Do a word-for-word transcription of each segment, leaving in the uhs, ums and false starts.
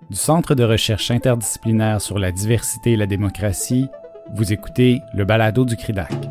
Du Centre de recherche interdisciplinaire sur la diversité et la démocratie, vous écoutez le balado du C R I D A C.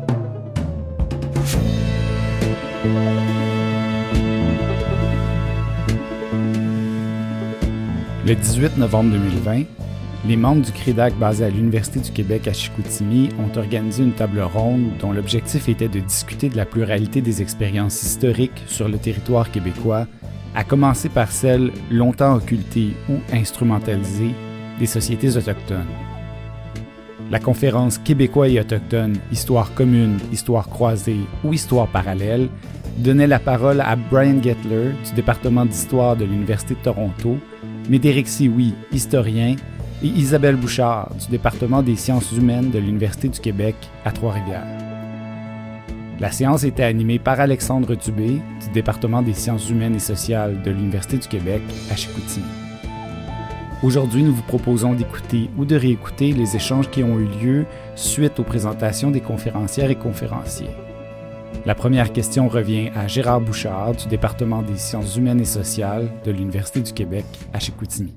Le dix-huit novembre deux mille vingt, les membres du C R I D A C basés à l'Université du Québec à Chicoutimi ont organisé une table ronde dont l'objectif était de discuter de la pluralité des expériences historiques sur le territoire québécois, à commencer par celles longtemps occultées ou instrumentalisées des sociétés autochtones. La conférence Québécois et autochtones, histoire commune, histoire croisée ou histoire parallèle donnait la parole à Brian Gettler du département d'histoire de l'Université de Toronto, Médéric Sioui, historien, et Isabelle Bouchard du département des sciences humaines de l'Université du Québec à Trois-Rivières. La séance était animée par Alexandre Dubé du département des sciences humaines et sociales de l'Université du Québec à Chicoutimi. Aujourd'hui, nous vous proposons d'écouter ou de réécouter les échanges qui ont eu lieu suite aux présentations des conférencières et conférenciers. La première question revient à Gérard Bouchard du département des sciences humaines et sociales de l'Université du Québec à Chicoutimi.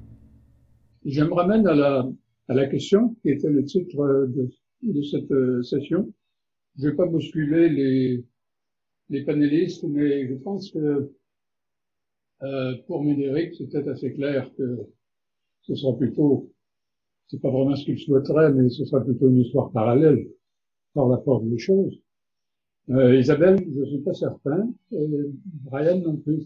Je me ramène à la, à la question qui était le titre de, de cette session. Je vais pas bousculer les, les panélistes, mais je pense que euh, pour Médéric, c'est peut-être assez clair que ce sera plutôt, c'est pas vraiment ce qu'il souhaiterait, mais ce sera plutôt une histoire parallèle par la force des choses. Euh, Isabelle, je suis pas certain, et Brian non plus.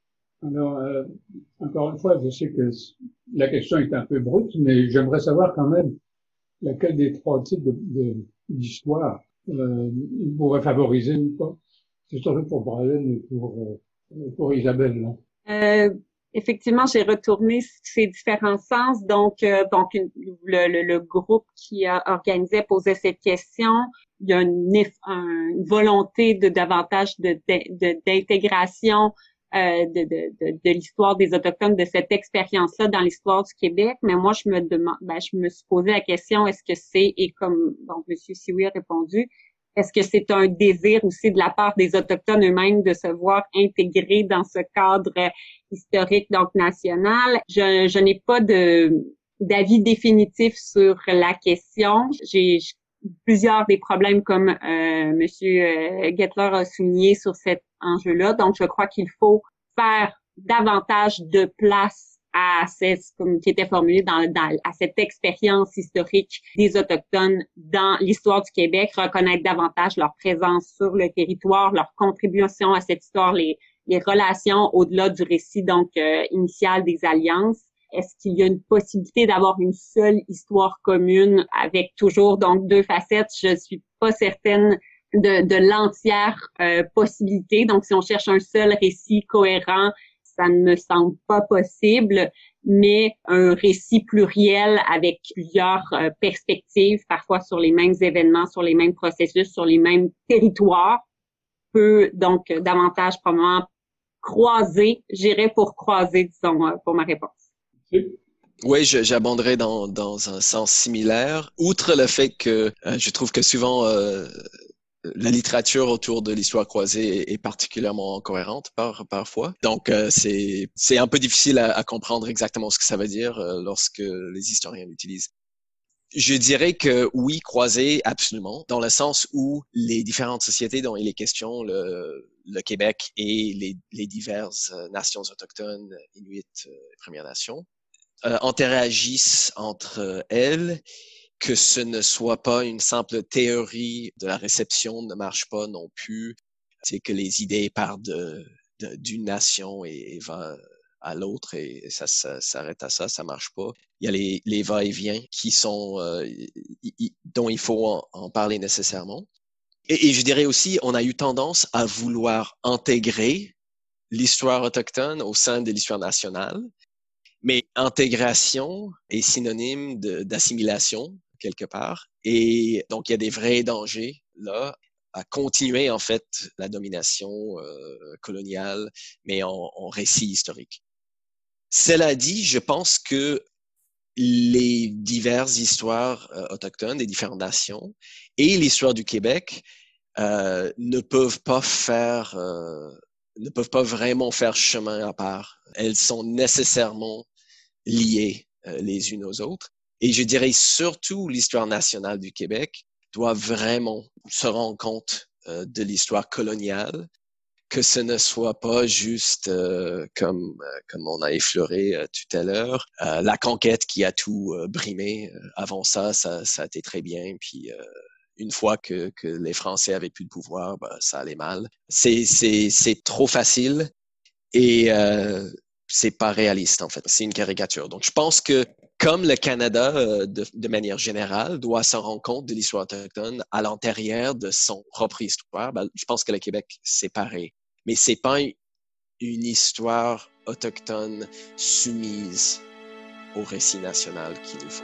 Alors, euh, encore une fois, je sais que la question est un peu brute, mais j'aimerais savoir quand même laquelle des trois types de, de, d'histoire euh, il pourrait favoriser ou pas. C'est surtout pour Brian et pour, euh, pour Isabelle. Là. Euh, effectivement, j'ai retourné ces différents sens. Donc, euh, donc une, le, le, le groupe qui a organisé posait cette question. Il y a une, une volonté de davantage de, de, de d'intégration euh, de, de, de, de l'histoire des Autochtones, de cette expérience-là dans l'histoire du Québec. Mais moi, je me demande, ben, je me suis posé la question, est-ce que c'est, et comme donc Monsieur Sioui a répondu, est-ce que c'est un désir aussi de la part des Autochtones eux-mêmes de se voir intégrés dans ce cadre historique, donc national? Je, je n'ai pas de d'avis définitif sur la question. J'ai plusieurs des problèmes comme euh, Monsieur euh, Gettler a souligné sur cet enjeu-là. Donc, je crois qu'il faut faire davantage de place à cette, comme qui était formulé dans, dans à cette expérience historique des Autochtones dans l'histoire du Québec, reconnaître davantage leur présence sur le territoire, leur contribution à cette histoire, les, les relations au-delà du récit donc euh, initial des alliances. Est-ce qu'il y a une possibilité d'avoir une seule histoire commune avec toujours donc deux facettes? Je suis pas certaine de, de l'entière euh, possibilité. Donc, si on cherche un seul récit cohérent, ça ne me semble pas possible, mais un récit pluriel avec plusieurs euh, perspectives, parfois sur les mêmes événements, sur les mêmes processus, sur les mêmes territoires, peut donc davantage probablement croiser, j'irais pour croiser, disons, pour ma réponse. Oui, je, j'abonderai dans, dans un sens similaire. Outre le fait que euh, je trouve que souvent euh, la littérature autour de l'histoire croisée est, est particulièrement cohérente par, parfois. Donc, euh, c'est, c'est un peu difficile à, à comprendre exactement ce que ça veut dire euh, lorsque les historiens l'utilisent. Je dirais que oui, croisée, absolument, dans le sens où les différentes sociétés dont il est question, le, le Québec et les, les diverses nations autochtones, Inuits, euh, Premières Nations, Euh, interagissent entre elles, que ce ne soit pas une simple théorie de la réception ne marche pas non plus, c'est que les idées partent de, de, d'une nation et, et va à l'autre et ça, ça s'arrête à ça, ça marche pas. Il y a les, les va-et-vient qui sont euh, y, y, dont il faut en, en parler nécessairement. Et, et je dirais aussi, on a eu tendance à vouloir intégrer l'histoire autochtone au sein de l'histoire nationale. Mais intégration est synonyme de, d'assimilation, quelque part. Et donc, il y a des vrais dangers, là, à continuer, en fait, la domination euh, coloniale, mais en, en récit historique. Cela dit, je pense que les diverses histoires euh, autochtones des différentes nations et l'histoire du Québec euh, ne peuvent pas faire... Euh, ne peuvent pas vraiment faire chemin à part. Elles sont nécessairement liées euh, les unes aux autres. Et je dirais surtout l'histoire nationale du Québec doit vraiment se rendre compte euh, de l'histoire coloniale, que ce ne soit pas juste euh, comme euh, comme on a effleuré euh, tout à l'heure, euh, la conquête qui a tout euh, brimé. Avant ça, ça, ça a été très bien. Puis euh, une fois que, que les Français avaient plus de pouvoir, ben, ça allait mal. C'est c'est c'est trop facile et euh, c'est pas réaliste en fait. C'est une caricature. Donc je pense que comme le Canada, euh, de, de manière générale, doit se rendre compte de l'histoire autochtone à l'intérieur de son propre histoire, ben, je pense que le Québec, c'est pareil. Mais c'est pas une, une histoire autochtone soumise au récit national qu'il nous faut.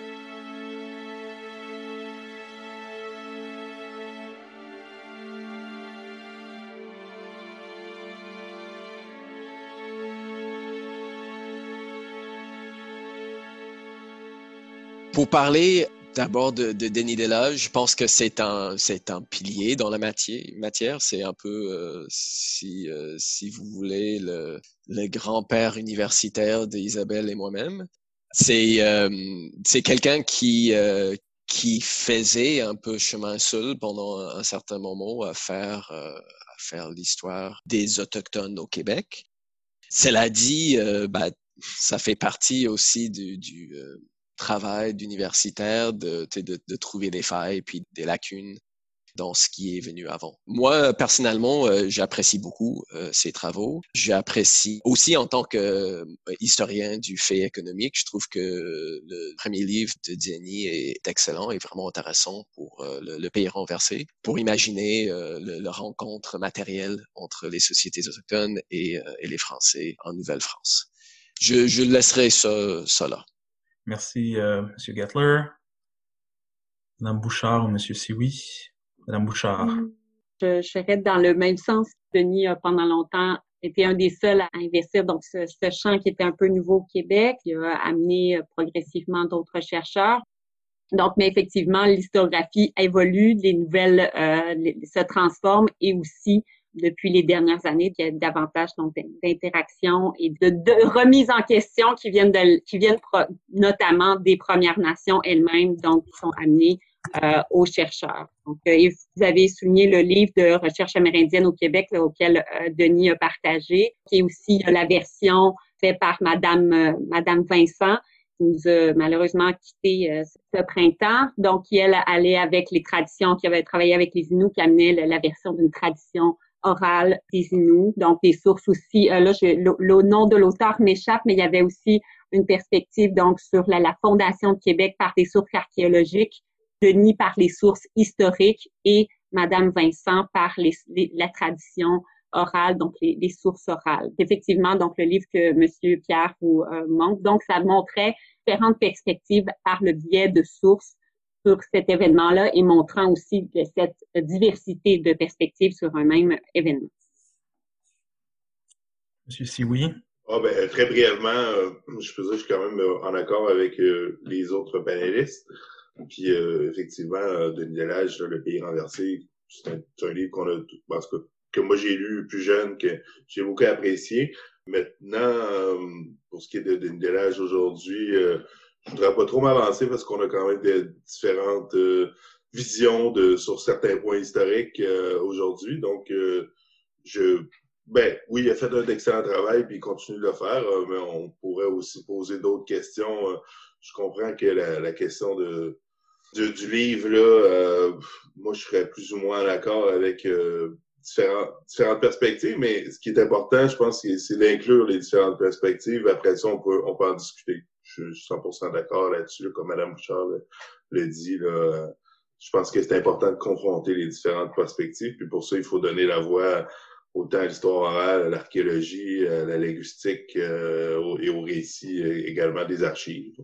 Pour parler d'abord de, de Denis Delage, je pense que c'est un c'est un pilier dans la matière. Matière, c'est un peu euh, si euh, si vous voulez le le grand-père universitaire d'Isabelle et moi-même. C'est euh, c'est quelqu'un qui euh, qui faisait un peu chemin seul pendant un, un certain moment à faire euh, à faire l'histoire des autochtones au Québec. Cela dit, euh, bah, ça fait partie aussi du, du euh, travail d'universitaire de, de, de trouver des failles puis des lacunes dans ce qui est venu avant. Moi, personnellement, euh, j'apprécie beaucoup euh, ces travaux. J'apprécie aussi en tant que euh, historien du fait économique, je trouve que le premier livre de Denis est excellent et vraiment intéressant pour euh, le, le pays renversé, pour imaginer euh, le, le rencontre matérielle entre les sociétés autochtones et, euh, et les Français en Nouvelle-France. Je, je laisserai ça, ça là. Merci, euh, M. Gettler. Madame Bouchard ou M. Sioui? Madame Bouchard. Je, je serais dans le même sens. Denis a pendant longtemps été un des seuls à investir dans ce, ce champ qui était un peu nouveau au Québec. Il a amené progressivement d'autres chercheurs. Donc, mais effectivement, l'historiographie évolue, les nouvelles euh, les, se transforment et aussi, depuis les dernières années, il y a davantage donc, d'interactions et de, de remise en question qui viennent de, qui viennent pro, notamment des Premières Nations elles-mêmes, donc qui sont amenées euh, aux chercheurs. Donc, euh, vous avez souligné le livre de recherche amérindienne au Québec là, auquel euh, Denis a partagé, qui est aussi euh, la version faite par Madame euh, Madame Vincent, qui nous a malheureusement quitté euh, ce printemps. Donc, qui elle allait avec les traditions, qui avait travaillé avec les Inuits, qui amenait la, la version d'une tradition orale des Inuits. Donc, des sources aussi, euh, là, je, le, le nom de l'auteur m'échappe, mais il y avait aussi une perspective donc sur la, la fondation de Québec par des sources archéologiques, Denis par les sources historiques et Madame Vincent par les, les, la tradition orale, donc les, les sources orales. Effectivement, donc le livre que Monsieur Pierre vous euh, montre, donc ça montrait différentes perspectives par le biais de sources sur cet événement-là et montrant aussi cette diversité de perspectives sur un même événement. Monsieur Sioui. Ah ben, très brièvement, euh, je peux dire que je suis quand même euh, en accord avec euh, les autres panélistes. Puis euh, effectivement, euh, Denis Delage, Le Pays renversé, c'est un, c'est un livre qu'on a, parce que, que moi j'ai lu plus jeune, que j'ai beaucoup apprécié. Maintenant, euh, pour ce qui est de Denis Delage aujourd'hui, euh, je voudrais pas trop m'avancer parce qu'on a quand même des différentes euh, visions de sur certains points historiques euh, aujourd'hui. Donc, euh, je ben oui, il a fait un excellent travail puis il continue de le faire, euh, mais on pourrait aussi poser d'autres questions. Euh, je comprends que la, la question de du, du livre là, euh, moi je serais plus ou moins d'accord avec euh, différents, différentes perspectives, mais ce qui est important, je pense, c'est, c'est d'inclure les différentes perspectives. Après ça, on peut on peut en discuter. Je suis cent pour cent d'accord là-dessus, là, comme Mme Bouchard le, le dit. Là, je pense que c'est important de confronter les différentes perspectives. Puis pour ça, il faut donner la voix autant à l'histoire orale, à l'archéologie, à la linguistique euh, et au récit également des archives.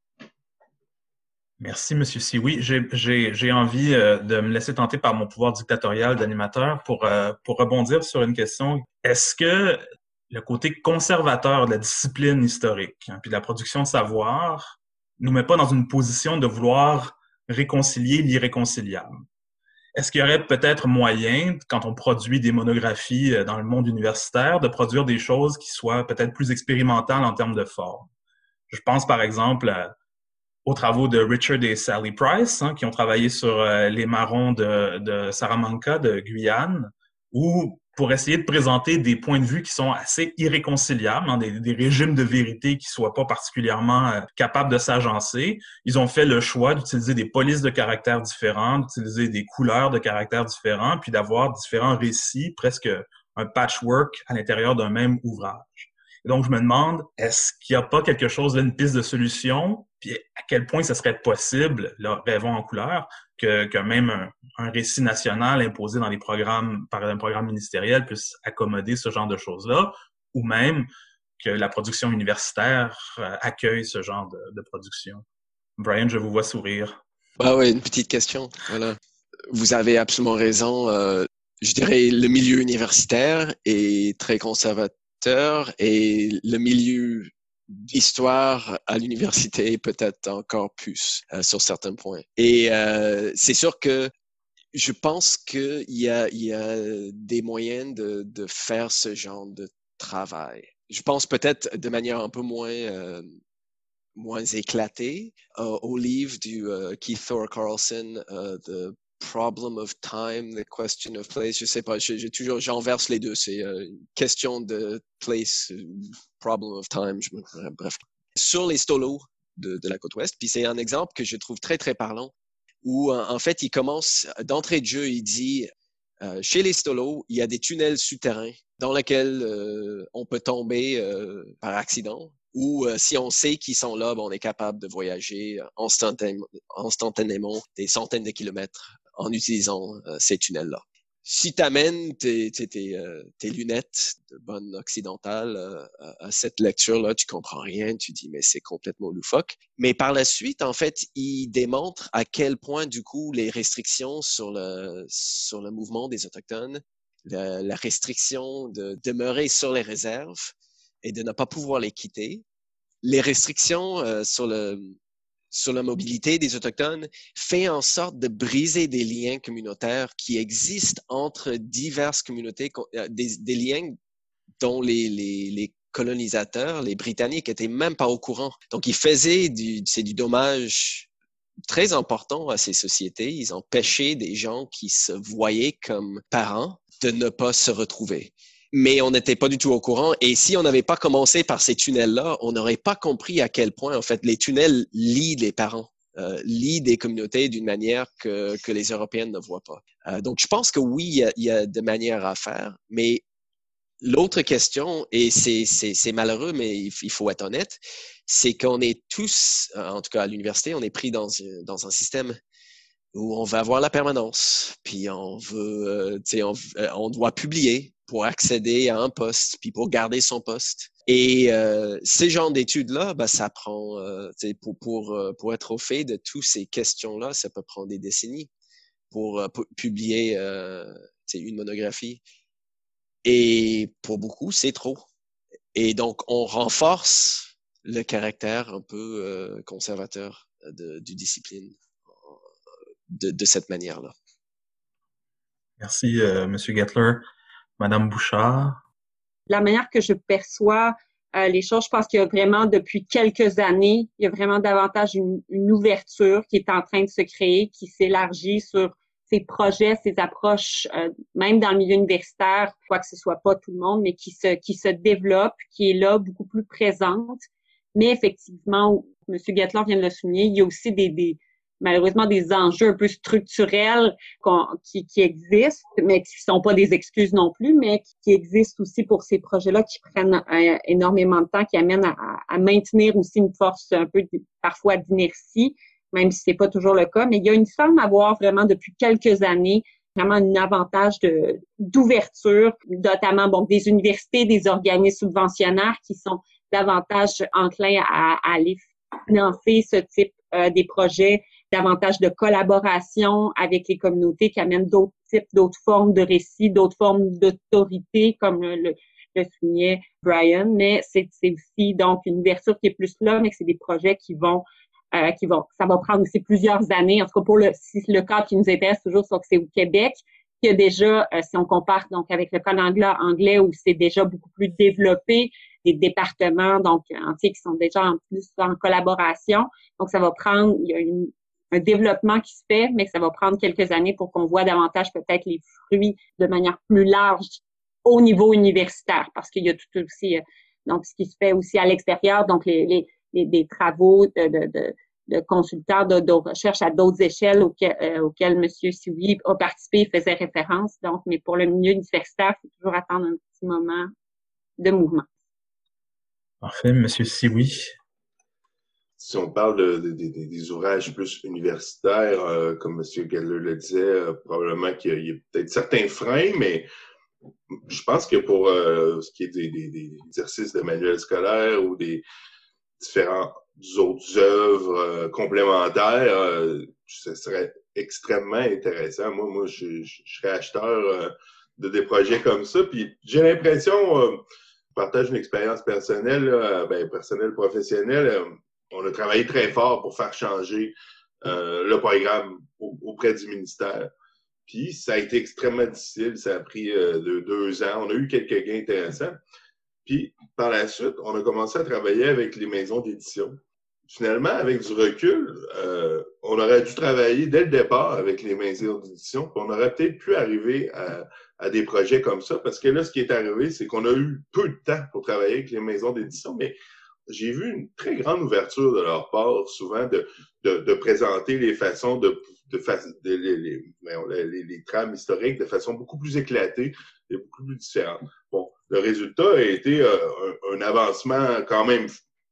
Merci, M. Sioui. J'ai, j'ai, j'ai envie euh, de me laisser tenter par mon pouvoir dictatorial d'animateur pour, euh, pour rebondir sur une question. Est-ce que le côté conservateur de la discipline historique hein, puis de la production de savoir nous met pas dans une position de vouloir réconcilier l'irréconciliable? Est-ce qu'il y aurait peut-être moyen, quand on produit des monographies dans le monde universitaire, de produire des choses qui soient peut-être plus expérimentales en termes de forme? Je pense par exemple à, aux travaux de Richard et Sally Price, hein, qui ont travaillé sur euh, les marrons de, de Salamanca, de Guyane, où pour essayer de présenter des points de vue qui sont assez irréconciliables, hein, des, des régimes de vérité qui soient pas particulièrement euh, capables de s'agencer, ils ont fait le choix d'utiliser des polices de caractères différents, d'utiliser des couleurs de caractères différents, puis d'avoir différents récits, presque un patchwork à l'intérieur d'un même ouvrage. Et donc, je me demande, est-ce qu'il n'y a pas quelque chose, là, une piste de solution, puis à quel point ça serait possible, là, rêvons en couleur, que, que même un, un récit national imposé dans les programmes, par un programme ministériel puisse accommoder ce genre de choses-là, ou même que la production universitaire euh, accueille ce genre de, de production. Brian, je vous vois sourire. Ah oui, une petite question. Voilà. Vous avez absolument raison. Euh, je dirais le milieu universitaire est très conservateur et le milieu d'histoire à l'université peut-être encore plus euh, sur certains points. Et euh, c'est sûr que je pense qu'il y a, il y a des moyens de, de faire ce genre de travail. Je pense peut-être de manière un peu moins euh, moins éclatée euh, au livre du euh, Keith Thor Carlson, euh, The Problem of Time, The Question of Place. Je sais pas, j'ai, j'ai toujours, j'enverse les deux. C'est euh, une question de place, Problem of Time. Je, bref, sur les stolos de, de la côte ouest. Puis c'est un exemple que je trouve très très parlant, où en fait il commence d'entrée de jeu, il dit euh, chez les stolos, il y a des tunnels souterrains dans lesquels euh, on peut tomber euh, par accident. Ou euh, si on sait qu'ils sont là, ben, on est capable de voyager instantanément, instantanément des centaines de kilomètres en utilisant euh, ces tunnels-là. Si tu amènes tes, tes, tes, euh, tes lunettes de bonne occidentale euh, à cette lecture-là, tu comprends rien, tu dis mais c'est complètement loufoque. Mais par la suite, en fait, il démontre à quel point du coup les restrictions sur le sur le mouvement des Autochtones, la, la restriction de demeurer sur les réserves et de ne pas pouvoir les quitter, les restrictions euh, sur le sur la mobilité des Autochtones fait en sorte de briser des liens communautaires qui existent entre diverses communautés, des, des liens dont les, les, les colonisateurs, les Britanniques, étaient même pas au courant. Donc, ils faisaient du, c'est du dommage très important à ces sociétés. Ils empêchaient des gens qui se voyaient comme parents de ne pas se retrouver. Mais on n'était pas du tout au courant. Et si on n'avait pas commencé par ces tunnels-là, on n'aurait pas compris à quel point, en fait, les tunnels lient les parents, euh, lient des communautés d'une manière que, que les Européennes ne voient pas. Euh, donc, je pense que oui, il y a, il y a de manières à faire. Mais l'autre question, et c'est, c'est, c'est malheureux, mais il, il faut être honnête, c'est qu'on est tous, en tout cas à l'université, on est pris dans, dans un système où on va avoir la permanence, puis on veut, euh, tu sais, on, on doit publier pour accéder à un poste, puis pour garder son poste. Et euh, ces genres d'études-là, ben, ça prend, euh, pour, pour, pour être au fait de toutes ces questions-là, ça peut prendre des décennies pour euh, publier euh, une monographie. Et pour beaucoup, c'est trop. Et donc, on renforce le caractère un peu euh, conservateur de, du discipline de, de cette manière-là. Merci, euh, Monsieur Gettler. Madame Bouchard? La manière que je perçois euh, les choses, je pense qu'il y a vraiment, depuis quelques années, il y a vraiment davantage une, une ouverture qui est en train de se créer, qui s'élargit sur ces projets, ces approches, euh, même dans le milieu universitaire, quoi que ce soit pas tout le monde, mais qui se qui se développe, qui est là, beaucoup plus présente. Mais effectivement, M. Gettler vient de le souligner, il y a aussi des, des malheureusement des enjeux un peu structurels qui, qui existent, mais qui sont pas des excuses non plus, mais qui, qui existent aussi pour ces projets-là qui prennent euh, énormément de temps, qui amènent à, à maintenir aussi une force un peu de, parfois d'inertie, même si c'est pas toujours le cas. Mais il y a une semble avoir vraiment depuis quelques années vraiment un avantage de d'ouverture, notamment bon des universités, des organismes subventionnaires qui sont davantage enclins à, à aller financer ce type euh, des projets, davantage de collaboration avec les communautés qui amènent d'autres types, d'autres formes de récits, d'autres formes d'autorité, comme le, le soulignait Brian. Mais c'est, c'est aussi donc une ouverture qui est plus là, mais que c'est des projets qui vont, euh, qui vont, ça va prendre aussi plusieurs années. En tout cas, pour le, si le cas qui nous intéresse toujours, c'est que c'est au Québec, qui a déjà, euh, si on compare donc avec le cas anglais, anglais où c'est déjà beaucoup plus développé. des départements, donc entiers qui sont déjà en plus en collaboration. Donc, ça va prendre, il y a une, un développement qui se fait, mais ça va prendre quelques années pour qu'on voit davantage peut-être les fruits de manière plus large au niveau universitaire, parce qu'il y a tout aussi, donc, ce qui se fait aussi à l'extérieur, donc les, les, les des travaux de, de, de, de consultants de, de recherche à d'autres échelles auxquelles, euh, auxquelles M. Sioui a participé et faisait référence. Donc, mais pour le milieu universitaire, il faut toujours attendre un petit moment de mouvement. Parfait, M. Sioui. Si on parle de, de, de, de, des ouvrages plus universitaires, euh, comme M. Geller le disait, euh, probablement qu'il y a, a peut-être certains freins, mais je pense que pour euh, ce qui est des, des, des exercices de manuels scolaires ou des différentes autres œuvres euh, complémentaires, euh, ce serait extrêmement intéressant. Moi, moi, je, je, je serais acheteur euh, de des projets comme ça. Puis j'ai l'impression, euh, je partage une expérience personnelle, euh, ben, personnelle, professionnelle. Euh, on a travaillé très fort pour faire changer euh, le programme au, auprès du ministère. Puis ça a été extrêmement difficile. Ça a pris euh, de, deux ans. On a eu quelques gains intéressants. Puis par la suite, on a commencé à travailler avec les maisons d'édition. Finalement, avec du recul, euh, on aurait dû travailler dès le départ avec les maisons d'édition. Puis on aurait peut-être pu arriver à, à des projets comme ça. Parce que là, ce qui est arrivé, c'est qu'on a eu peu de temps pour travailler avec les maisons d'édition. Mais j'ai vu une très grande ouverture de leur part, souvent, de, de, de présenter les façons de, de, de, de les, les, les, les trames historiques de façon beaucoup plus éclatée et beaucoup plus différente. Bon, le résultat a été euh, un, un avancement quand même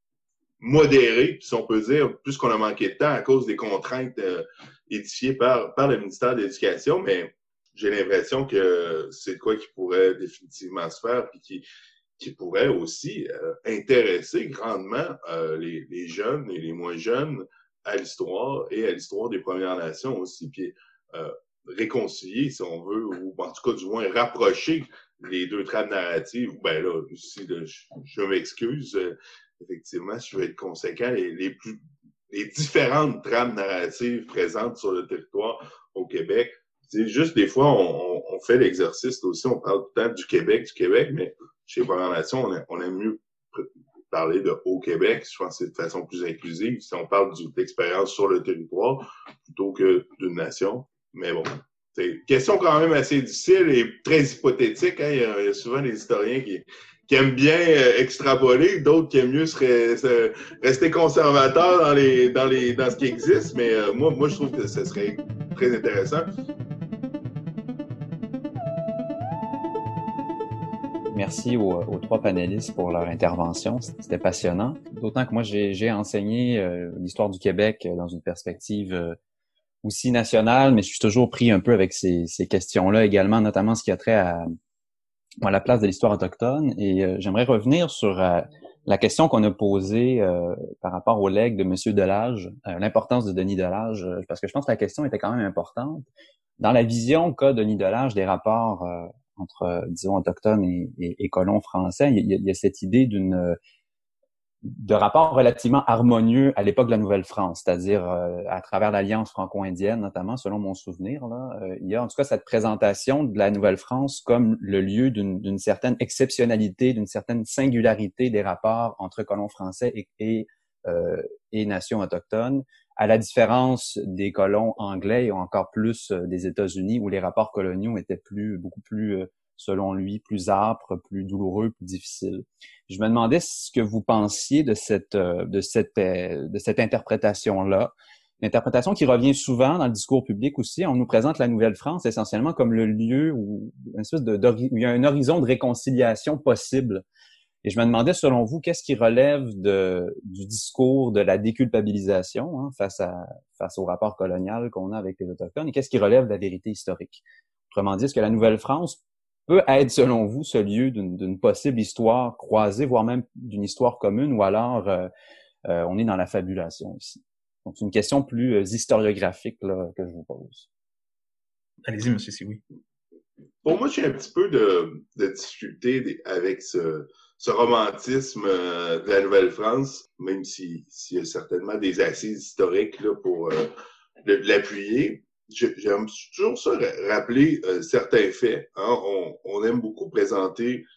modéré, si on peut dire, puisqu'on a manqué de temps à cause des contraintes euh, édifiées par, par le ministère de l'Éducation, mais j'ai l'impression que c'est quoi qui pourrait définitivement se faire puis qui qui pourrait aussi euh, intéresser grandement euh, les, les jeunes et les moins jeunes à l'histoire et à l'histoire des Premières Nations aussi, puis euh, réconcilier, si on veut, ou en tout cas du moins rapprocher les deux trames narratives. Ben là, aussi, là, je, je m'excuse, euh, effectivement, si je veux être conséquent, les, les, plus, les différentes trames narratives présentes sur le territoire au Québec. C'est juste des fois, on, on, on fait l'exercice aussi, on parle tout le temps du Québec, du Québec, mais chez les Premières Nations, on, on aime mieux parler de Haut-Québec, je pense que c'est de façon plus inclusive, si on parle d'expérience sur le territoire plutôt que d'une nation. Mais bon, c'est une question quand même assez difficile et très hypothétique. Hein? Il, y a, il y a souvent des historiens qui, qui aiment bien euh, extrapoler, d'autres qui aiment mieux se, se, rester conservateurs dans, les, dans, les, dans ce qui existe. Mais euh, moi, moi, je trouve que ce serait très intéressant. Merci aux, aux trois panélistes pour leur intervention. C'était passionnant. D'autant que moi, j'ai, j'ai enseigné euh, l'histoire du Québec dans une perspective euh, aussi nationale, mais je suis toujours pris un peu avec ces, ces questions-là également, notamment ce qui a trait à, à la place de l'histoire autochtone. Et euh, j'aimerais revenir sur euh, la question qu'on a posée euh, par rapport au legs de M. Delage, euh, l'importance de Denis Delage, euh, parce que je pense que la question était quand même importante. Dans la vision qu'a Denis Delage des rapports euh, entre, disons, autochtones et, et, et colons français, il y, a, il y a cette idée d'une de rapport relativement harmonieux à l'époque de la Nouvelle-France, c'est-à-dire euh, à travers l'Alliance franco-indienne, notamment, selon mon souvenir. Là, euh, il y a en tout cas cette présentation de la Nouvelle-France comme le lieu d'une, d'une certaine exceptionnalité, d'une certaine singularité des rapports entre colons français et, et, euh, et nations autochtones, à la différence des colons anglais et encore plus euh, des États-Unis, où les rapports coloniaux étaient plus, beaucoup plus, euh, selon lui, plus âpres, plus douloureux, plus difficiles. Je me demandais ce que vous pensiez de cette, euh, de cette, euh, de cette interprétation-là. L'interprétation qui revient souvent dans le discours public aussi. On nous présente la Nouvelle-France essentiellement comme le lieu où, une espèce de, où il y a un horizon de réconciliation possible. Et je me demandais, selon vous, qu'est-ce qui relève de, du discours de la déculpabilisation hein, face, à, face au rapport colonial qu'on a avec les Autochtones et qu'est-ce qui relève de la vérité historique? Autrement dit, est-ce que la Nouvelle-France peut être, selon vous, ce lieu d'une, d'une possible histoire croisée, voire même d'une histoire commune, ou alors euh, euh, on est dans la fabulation ici? Donc, c'est une question plus euh, historiographique là, que je vous pose. Allez-y, M. Sioui. Pour moi, j'ai un petit peu de, de difficulté avec ce, ce romantisme euh, de la Nouvelle-France, même si, s'il y a certainement des assises historiques là, pour euh, le, l'appuyer. J'aime toujours ça rappeler euh, certains faits. Hein. On, on aime beaucoup présenter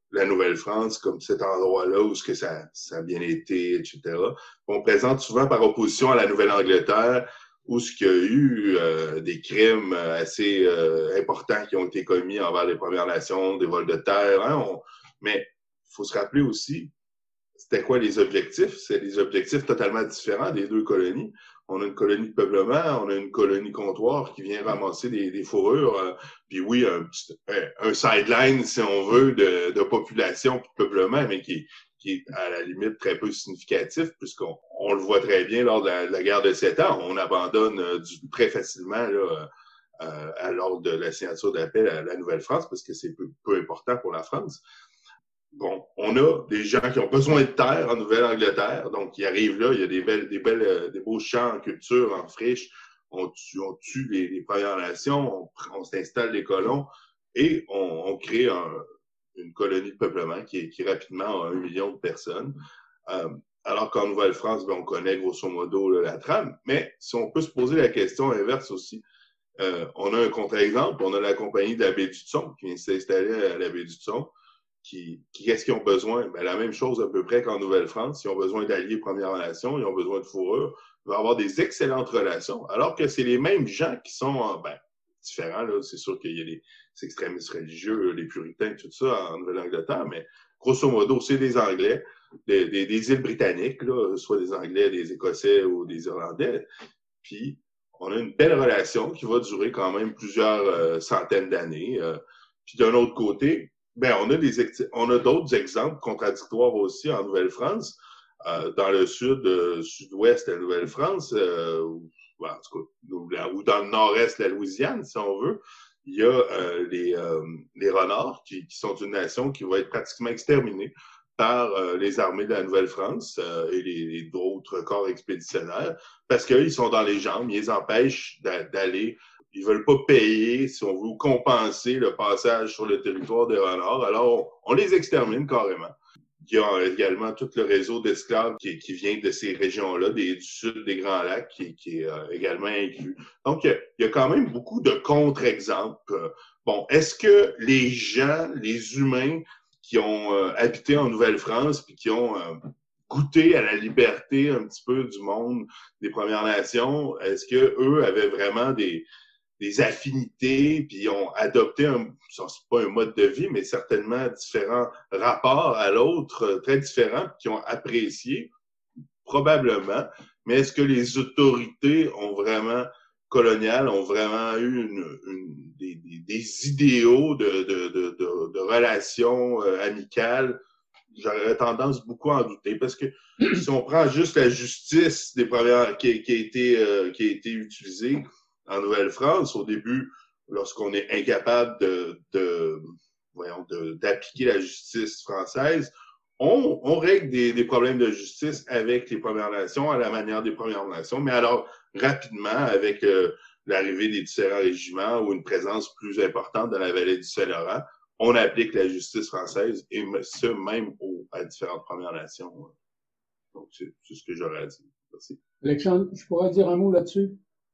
la Nouvelle-France comme cet endroit-là où ce que ça, ça a bien été, et cetera. On présente souvent par opposition à la Nouvelle-Angleterre où ce qu'il y a eu euh, des crimes assez euh, importants qui ont été commis envers les Premières Nations, des vols de terre. Hein, on... Mais il faut se rappeler aussi, c'était quoi les objectifs? C'est des objectifs totalement différents des deux colonies. On a une colonie de peuplement, on a une colonie comptoir qui vient ramasser des, des fourrures. Euh, puis oui, un, un sideline, si on veut, de, de population et de peuplement, mais qui, qui est à la limite très peu significatif, puisqu'on on le voit très bien lors de la, de la guerre de Sept Ans. On abandonne euh, du, très facilement là, euh, à, lors de la signature d'appel à la Nouvelle-France, parce que c'est peu, peu important pour la France. Bon, on a des gens qui ont besoin de terre en Nouvelle-Angleterre, donc ils arrivent là, il y a des belles, des belles, euh, des beaux champs en culture, en friche, on tue, on tue les, les Premières Nations, on, on s'installe des colons et on, on crée un, une colonie de peuplement qui, qui rapidement a un million de personnes. Euh, alors qu'en Nouvelle-France, ben, on connaît grosso modo là, la trame, mais si on peut se poser la question inverse aussi, euh, on a un contre-exemple, on a la compagnie de la baie du Thon qui vient s'installer à la baie du Thon. Qui, qui, qu'est-ce qu'ils ont besoin? Ben, la même chose à peu près qu'en Nouvelle-France. Ils ont besoin d'alliés Premières Nations, ils ont besoin de fourrure, ils vont avoir des excellentes relations, alors que c'est les mêmes gens qui sont ben, différents. Là. C'est sûr qu'il y a les, les extrémistes religieux, les puritains, tout ça en Nouvelle-Angleterre, mais grosso modo, c'est des Anglais, des, des, des îles britanniques, là, soit des Anglais, des Écossais ou des Irlandais. Puis, on a une belle relation qui va durer quand même plusieurs euh, centaines d'années. Euh, puis d'un autre côté, ben, on a des, on a d'autres exemples contradictoires aussi en Nouvelle-France, euh, dans le sud, euh, sud-ouest de la Nouvelle-France, euh, ou, ben, en tout cas, ou dans le nord-est de la Louisiane, si on veut. Il y a euh, les, euh, les Renards, qui, qui sont une nation qui va être pratiquement exterminée par euh, les armées de la Nouvelle-France euh, et les, les d'autres corps expéditionnaires, parce qu'ils sont dans les jambes, ils les empêchent d'a, d'aller. Ils veulent pas payer, si on veut, compenser le passage sur le territoire des Renards. Alors, on, on les extermine carrément. Il y a également tout le réseau d'esclaves qui, qui vient de ces régions-là, des, du sud des Grands Lacs, qui, qui est euh, également inclus. Donc, il y, a, il y a quand même beaucoup de contre-exemples. Bon, est-ce que les gens, les humains qui ont euh, habité en Nouvelle-France puis qui ont... Euh, goûter à la liberté un petit peu du monde des Premières Nations, est-ce que eux avaient vraiment des, des affinités, puis ont adopté un, c'est pas un mode de vie, mais certainement différents rapports à l'autre, très différents, qui ont apprécié, probablement, mais est-ce que les autorités ont vraiment, coloniales, ont vraiment eu une, une, des, des, des idéaux de, de, de, de, de relations euh, amicales? J'aurais tendance beaucoup à en douter, parce que si on prend juste la justice des premières qui, qui, a été, euh, qui a été utilisée en Nouvelle-France, au début, lorsqu'on est incapable de, de, voyons, de, d'appliquer la justice française, on, on règle des, des problèmes de justice avec les Premières Nations, à la manière des Premières Nations, mais alors rapidement, avec euh, l'arrivée des différents régiments ou une présence plus importante dans la vallée du Saint-Laurent, on applique la justice française, et ce, même aux, à différentes Premières Nations. Donc, c'est, c'est ce que j'aurais à dire. Merci. Alexandre, je pourrais dire un mot là-dessus?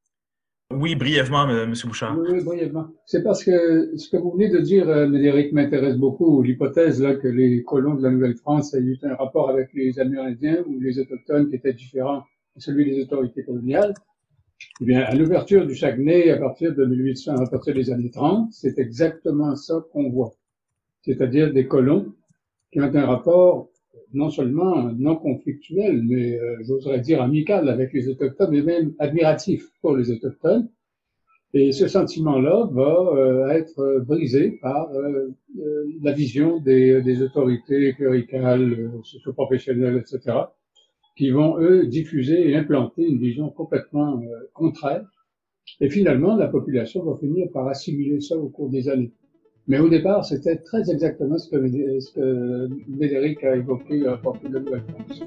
Oui, brièvement, M. Bouchard. Oui, oui, brièvement. C'est parce que ce que vous venez de dire, Médéric, m'intéresse beaucoup. L'hypothèse là que les colons de la Nouvelle-France aient eu un rapport avec les Amérindiens ou les Autochtones qui étaient différents de celui des autorités coloniales. Eh bien, à l'ouverture du Saguenay, à partir de mille huit cents, à partir des années trente, c'est exactement ça qu'on voit. C'est-à-dire des colons qui ont un rapport non seulement non conflictuel, mais euh, j'oserais dire amical avec les Autochtones, mais même admiratif pour les Autochtones. Et ce sentiment-là va euh, être brisé par euh, euh, la vision des, des autorités cléricales, euh, socio-professionnelles, et cetera, qui vont, eux, diffuser et implanter une vision complètement euh, contraire. Et finalement, la population va finir par assimiler ça au cours des années. Mais au départ, c'était très exactement ce que, ce que Médéric a évoqué à propos de la Nouvelle-France.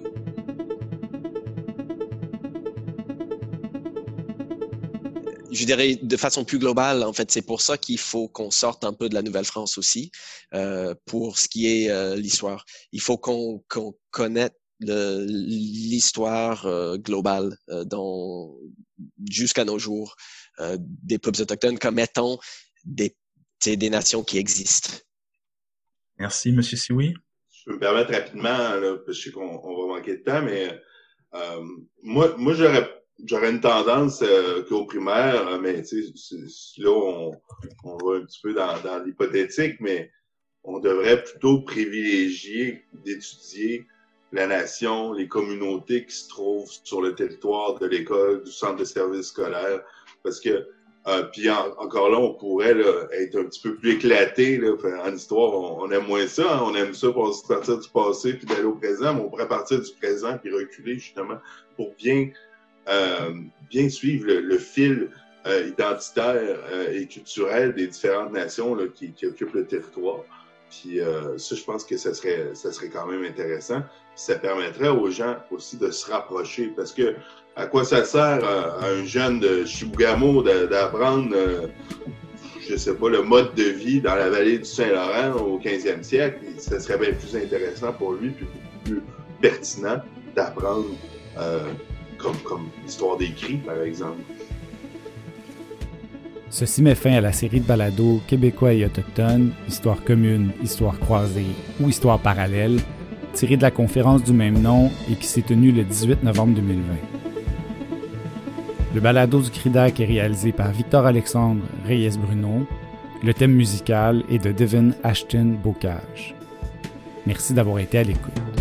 Je dirais de façon plus globale, en fait, c'est pour ça qu'il faut qu'on sorte un peu de la Nouvelle-France aussi, euh, pour ce qui est euh, l'histoire. Il faut qu'on, qu'on connaisse le, l'histoire euh, globale euh, dans, jusqu'à nos jours euh, des peuples autochtones comme étant des, des nations qui existent. Merci, M. Sioui. Je peux me permettre rapidement, là, parce que je sais qu'on on va manquer de temps, mais euh, moi, moi j'aurais j'aurais une tendance euh, qu'au primaire, mais tu sais, là, on, on va un petit peu dans, dans l'hypothétique, mais on devrait plutôt privilégier d'étudier la nation, les communautés qui se trouvent sur le territoire de l'école, du centre de service scolaire, parce que Euh, puis en, encore là, on pourrait là, être un petit peu plus éclaté. Là. Enfin, en histoire, on, on aime moins ça. Hein. On aime ça pour partir du passé puis d'aller au présent, mais on pourrait partir du présent puis reculer justement pour bien, euh, bien suivre le, le fil euh, identitaire euh, et culturel des différentes nations là, qui, qui occupent le territoire. Puis euh, ça, je pense que ça serait, ça serait quand même intéressant. Puis ça permettrait aux gens aussi de se rapprocher parce que à quoi ça sert à, à un jeune de Chibougamau d'apprendre, euh, je sais pas, le mode de vie dans la vallée du Saint-Laurent au quinzième siècle? Et ça serait bien plus intéressant pour lui, puis plus pertinent d'apprendre euh, comme, comme l'histoire des cris, par exemple. Ceci met fin à la série de balados québécois et autochtones, Histoire commune, Histoire croisée ou Histoire parallèle, tirée de la conférence du même nom et qui s'est tenue le dix-huit novembre deux mille vingt. Le balado du C R I D A C est réalisé par Victor-Alexandre Reyes-Bruno. Le thème musical est de Devin Ashton Bocage. Merci d'avoir été à l'écoute.